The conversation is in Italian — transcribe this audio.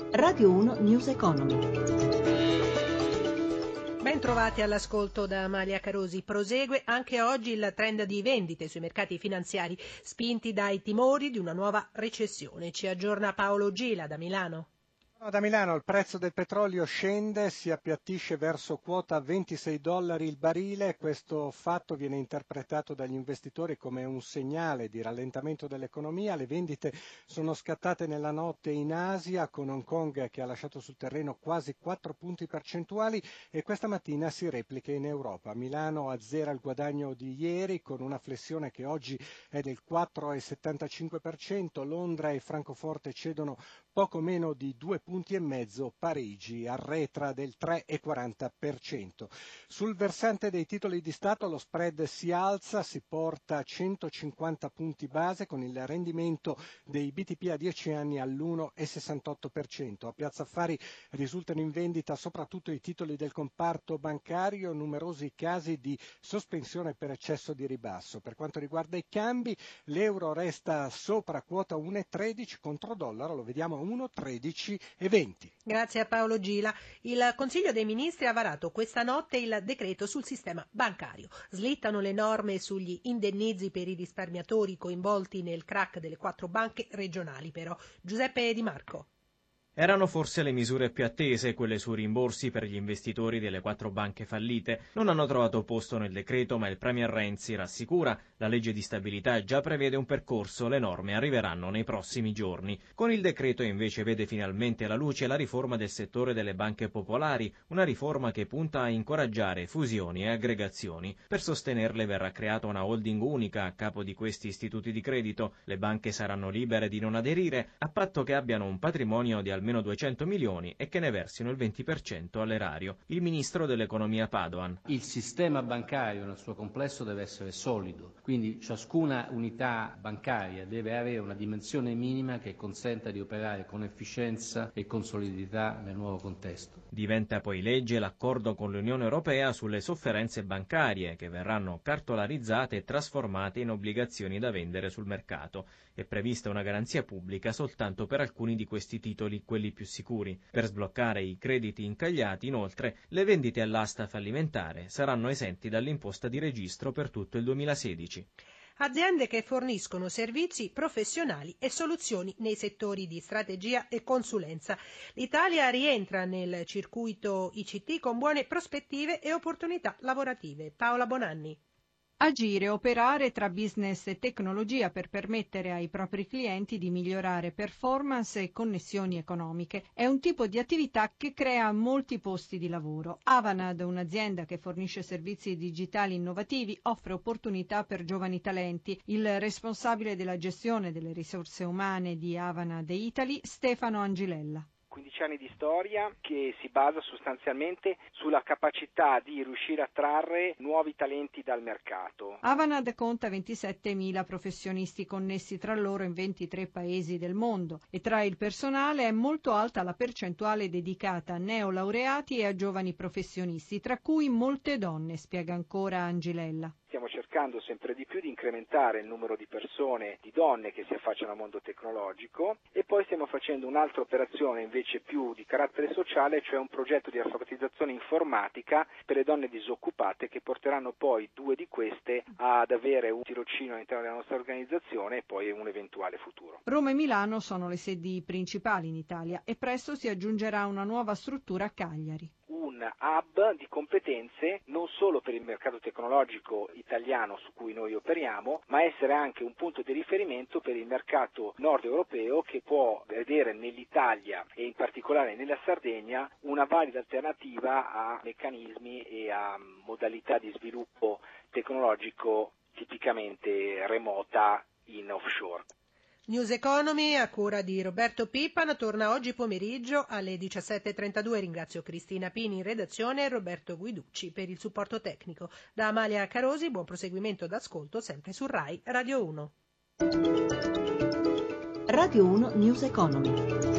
Radio 1 News Economy. Ben trovati all'ascolto da Amalia Carosi. Prosegue anche oggi il trend di vendite sui mercati finanziari, spinti dai timori di una nuova recessione. Ci aggiorna Paolo Gila da Milano. Da Milano il prezzo del petrolio scende, si appiattisce verso quota $26 il barile. Questo fatto viene interpretato dagli investitori come un segnale di rallentamento dell'economia. Le vendite sono scattate nella notte in Asia, con Hong Kong che ha lasciato sul terreno quasi 4 punti percentuali, e questa mattina si replica in Europa. Milano azzera il guadagno di ieri con una flessione che oggi è del 4,75%. Londra e Francoforte cedono poco meno di 2 punti e mezzo, Parigi arretra del 3,40%. Sul versante dei titoli di Stato lo spread si alza, si porta a 150 punti base con il rendimento dei BTP a 10 anni all'1,68%. A Piazza Affari risultano in vendita soprattutto i titoli del comparto bancario, numerosi casi di sospensione per eccesso di ribasso. Per quanto riguarda i cambi, l'euro resta sopra quota 1,13 contro dollaro, lo vediamo a 1,13,20. Grazie a Paolo Gila. Il Consiglio dei Ministri ha varato questa notte il decreto sul sistema bancario. Slittano le norme sugli indennizi per i risparmiatori coinvolti nel crack delle 4 banche regionali, però. Giuseppe Di Marco. Erano forse le misure più attese, quelle sui rimborsi per gli investitori delle 4 banche fallite. Non hanno trovato posto nel decreto, ma il premier Renzi rassicura: la legge di stabilità già prevede un percorso, le norme arriveranno nei prossimi giorni. Con il decreto invece vede finalmente la luce la riforma del settore delle banche popolari, una riforma che punta a incoraggiare fusioni e aggregazioni. Per sostenerle verrà creata una holding unica a capo di questi istituti di credito. Le banche saranno libere di non aderire, a patto che abbiano un patrimonio di almeno 200 milioni e che ne versino il 20% all'erario. Il ministro dell'economia Padoan. Il sistema bancario nel suo complesso deve essere solido, quindi ciascuna unità bancaria deve avere una dimensione minima che consenta di operare con efficienza e con solidità nel nuovo contesto. Diventa poi legge l'accordo con l'Unione Europea sulle sofferenze bancarie, che verranno cartolarizzate e trasformate in obbligazioni da vendere sul mercato. È prevista una garanzia pubblica soltanto per alcuni di questi titoli, quelli più sicuri. Per sbloccare i crediti incagliati, inoltre, le vendite all'asta fallimentare saranno esenti dall'imposta di registro per tutto il 2016. Aziende che forniscono servizi professionali e soluzioni nei settori di strategia e consulenza. L'Italia rientra nel circuito ICT con buone prospettive e opportunità lavorative. Paola Bonanni. Agire, operare tra business e tecnologia per permettere ai propri clienti di migliorare performance e connessioni economiche. È un tipo di attività che crea molti posti di lavoro. Avanad, un'azienda che fornisce servizi digitali innovativi, offre opportunità per giovani talenti. Il responsabile della gestione delle risorse umane di Avanad Italy, Stefano Angilella. 15 anni di storia che si basa sostanzialmente sulla capacità di riuscire a trarre nuovi talenti dal mercato. Avanad conta 27.000 professionisti connessi tra loro in 23 paesi del mondo e tra il personale è molto alta la percentuale dedicata a neolaureati e a giovani professionisti, tra cui molte donne, spiega ancora Angilella. Stiamo cercando sempre di più di incrementare il numero di persone, di donne che si affacciano al mondo tecnologico, e poi stiamo facendo un'altra operazione invece più di carattere sociale, cioè un progetto di alfabetizzazione informatica per le donne disoccupate, che porteranno poi 2 di queste ad avere un tirocinio all'interno della nostra organizzazione e poi un eventuale futuro. Roma e Milano sono le sedi principali in Italia e presto si aggiungerà una nuova struttura a Cagliari. Un hub di competenze non solo per il mercato tecnologico italiano su cui noi operiamo, ma essere anche un punto di riferimento per il mercato nord europeo, che può vedere nell'Italia e in particolare nella Sardegna una valida alternativa a meccanismi e a modalità di sviluppo tecnologico tipicamente remota in offshore. News Economy a cura di Roberto Pippan torna oggi pomeriggio alle 17.32. Ringrazio Cristina Pini in redazione e Roberto Guiducci per il supporto tecnico. Da Amalia Carosi, buon proseguimento d'ascolto sempre su Rai Radio 1. Radio 1 News Economy.